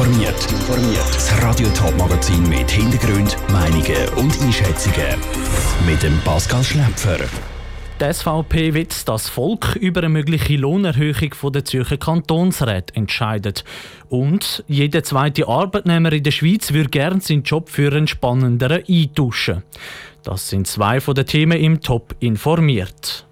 Das Radio Top Magazin mit Hintergrund, Meinungen und Einschätzungen mit dem Pascal Schläpfer. Die SVP will, dass das Volk über eine mögliche Lohnerhöhung der Zürcher Kantonsräte entscheidet. Und jeder zweite Arbeitnehmer in der Schweiz würde gerne seinen Job für einen spannenderen eintauschen. Das sind zwei von den Themen im Top informiert.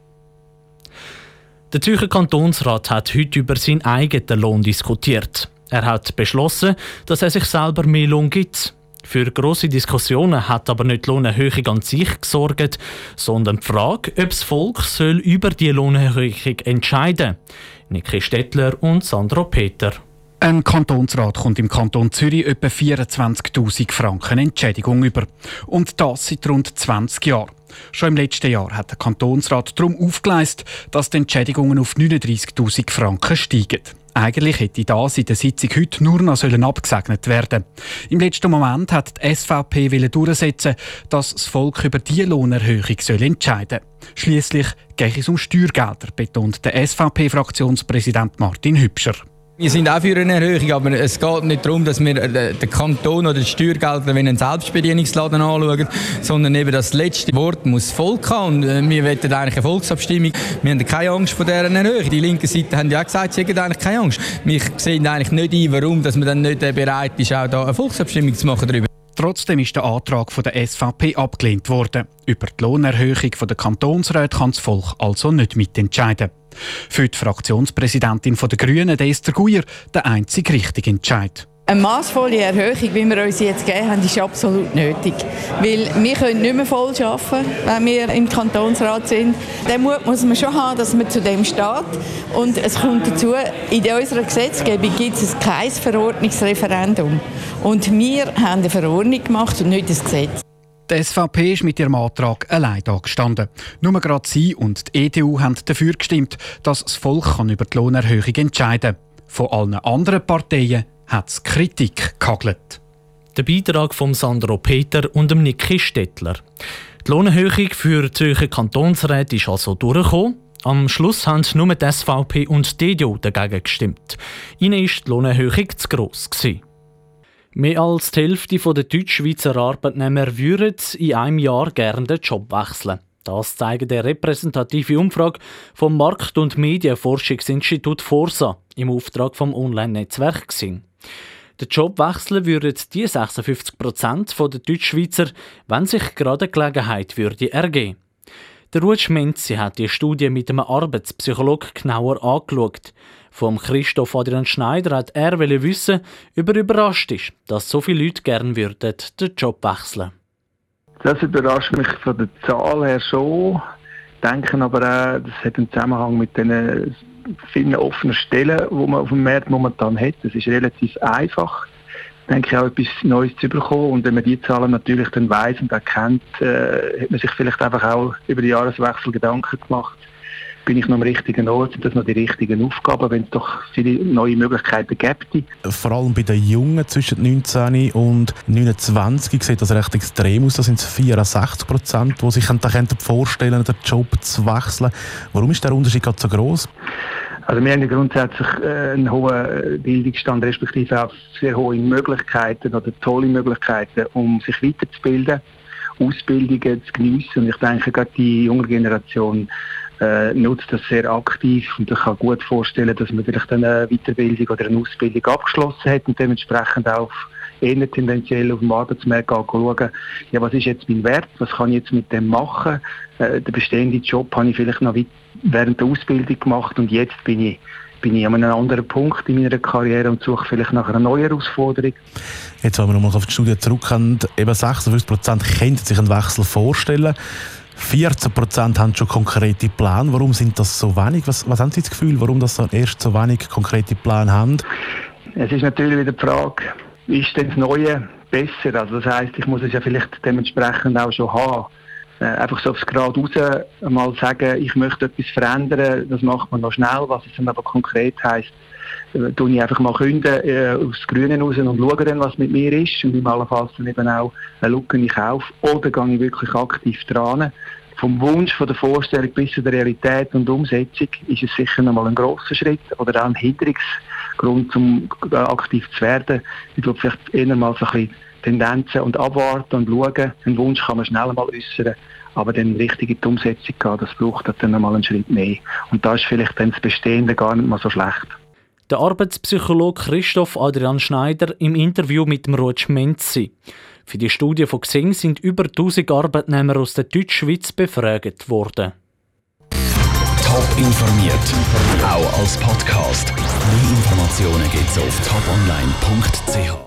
Der Zürcher Kantonsrat hat heute über seinen eigenen Lohn diskutiert. Er hat beschlossen, dass er sich selber mehr Lohn gibt. Für grosse Diskussionen hat aber nicht die Lohnerhöhung an sich gesorgt, sondern die Frage, ob das Volk soll über die Lohnerhöhung entscheiden soll. Niki Stettler und Sandro Peter. Ein Kantonsrat kommt im Kanton Zürich etwa 24'000 Franken Entschädigung über. Und das seit rund 20 Jahren. Schon im letzten Jahr hat der Kantonsrat darum aufgeleistet, dass die Entschädigungen auf 39'000 Franken steigen. Eigentlich hätte das in der Sitzung heute nur noch abgesegnet werden. Im letzten Moment hat die SVP durchsetzen, dass das Volk über diese Lohnerhöhung entscheiden soll. Schliesslich geht es um Steuergelder, betont der SVP-Fraktionspräsident Martin Hübscher. Wir sind auch für eine Erhöhung, aber es geht nicht darum, dass wir den Kanton oder die Steuergelder wie einen Selbstbedienungsladen anschauen, sondern eben das letzte Wort muss das Volk haben. Und wir wollen eigentlich eine Volksabstimmung. Wir haben keine Angst vor dieser Erhöhung. Die linke Seite haben ja auch gesagt, sie haben eigentlich keine Angst. Wir sehen eigentlich nicht ein, warum dass man dann nicht bereit ist, auch da eine Volksabstimmung zu machen darüber. Trotzdem ist der Antrag von der SVP abgelehnt worden. Über die Lohnerhöhung der Kantonsräte kann das Volk also nicht mitentscheiden. Für die Fraktionspräsidentin der Grünen, Esther Guyer, der einzige richtige Entscheid. Eine massvolle Erhöhung, wie wir uns jetzt gegeben haben, ist absolut nötig. Weil wir können nicht mehr voll arbeiten, wenn wir im Kantonsrat sind. Den Mut muss man schon haben, dass man zu dem steht. Und es kommt dazu, in unserer Gesetzgebung gibt es kein Verordnungsreferendum. Und wir haben eine Verordnung gemacht und nicht das Gesetz. Die SVP ist mit ihrem Antrag allein dagestanden. Nur gerade sie und die EDU haben dafür gestimmt, dass das Volk über die Lohnerhöhung entscheiden kann. Von allen anderen Parteien hat es Kritik gehagelt. Der Beitrag von Sandro Peter und dem Niki Stettler. Die Lohnerhöhung für die Zürcher Kantonsräte ist also durchgekommen. Am Schluss haben nur die SVP und die EDU dagegen gestimmt. Ihnen war die Lohnerhöhung zu gross gewesen. Mehr als die Hälfte der Deutschschweizer Arbeitnehmer würden in einem Jahr gerne den Job wechseln. Das zeigt eine repräsentative Umfrage vom Markt- und Medienforschungsinstitut Forsa im Auftrag vom Online-Netzwerk Xing. Den Job wechseln würden die 56% der Deutschschweizer, wenn sich gerade eine Gelegenheit würde ergeben. Der Ruud Schmenzi hat die Studie mit einem Arbeitspsychologen genauer angeschaut. Vom Christoph Adrian Schneider hat er wissen, ob er überrascht ist, dass so viele Leute gerne würden den Job wechseln. Das überrascht mich von der Zahl her schon. Denken aber auch, das hat einen Zusammenhang mit den vielen offenen Stellen, die man auf dem Markt momentan hat. Es ist relativ einfach, denke ich, auch etwas Neues zu bekommen. Und wenn man die Zahlen natürlich dann weiss und erkennt, hat man sich vielleicht einfach auch über den Jahreswechsel Gedanken gemacht. Bin ich noch am richtigen Ort? Sind das noch die richtigen Aufgaben, wenn es doch viele neue Möglichkeiten gibt? Vor allem bei den Jungen zwischen 19 und 29 sieht das recht extrem aus. Da sind es 64%, die sich vorstellen, den Job zu wechseln. Warum ist der Unterschied gerade so gross? Also wir haben ja grundsätzlich einen hohen Bildungsstand, respektive auch sehr hohe Möglichkeiten oder tolle Möglichkeiten, um sich weiterzubilden, Ausbildungen zu geniessen. Und ich denke, gerade die junge Generation nutzt das sehr aktiv und ich kann gut vorstellen, dass man vielleicht eine Weiterbildung oder eine Ausbildung abgeschlossen hat und dementsprechend auch eher tendenziell auf dem Arbeitsmarkt schauen, ja, was ist jetzt mein Wert, was kann ich jetzt mit dem machen? Den bestehenden Job habe ich vielleicht noch während der Ausbildung gemacht und jetzt bin ich an einem anderen Punkt in meiner Karriere und suche vielleicht nach einer neuen Herausforderung. Jetzt, wenn wir nochmal auf die Studie zurückkommen, eben 56% können sich einen Wechsel vorstellen. 14% haben schon konkrete Pläne. Warum sind das so wenig? Was haben Sie das Gefühl, warum das erst so wenig konkrete Pläne haben? Es ist natürlich wieder die Frage, ist denn das Neue besser? Also das heisst, ich muss es ja vielleicht dementsprechend auch schon haben. Einfach so aufs Grad raus mal sagen, ich möchte etwas verändern, das macht man noch schnell. Was es dann aber konkret heisst, tue ich einfach mal künden aufs Grüne raus und schaue dann, was mit mir ist und im Allenfalls dann eben auch eine Lücke in Kauf oder gehe ich wirklich aktiv dran. Vom Wunsch, von der Vorstellung bis zu der Realität und Umsetzung ist es sicher noch mal ein grosser Schritt oder auch ein Grund, um aktiv zu werden. Ich glaube, vielleicht eher mal so ein bisschen Tendenzen und abwarten und schauen. Einen Wunsch kann man schnell mal äußern, aber dann richtig in die Umsetzung gehen, das braucht dann mal einen Schritt mehr. Und da ist vielleicht dann das Bestehende gar nicht mal so schlecht. Der Arbeitspsychologe Christoph Adrian Schneider im Interview mit dem Ruth Menzi. Für die Studie von Xing sind über 1000 Arbeitnehmer aus der Deutschschweiz befragt worden. Top informiert, auch als Podcast. Mehr Informationen gibt's auf toponline.ch.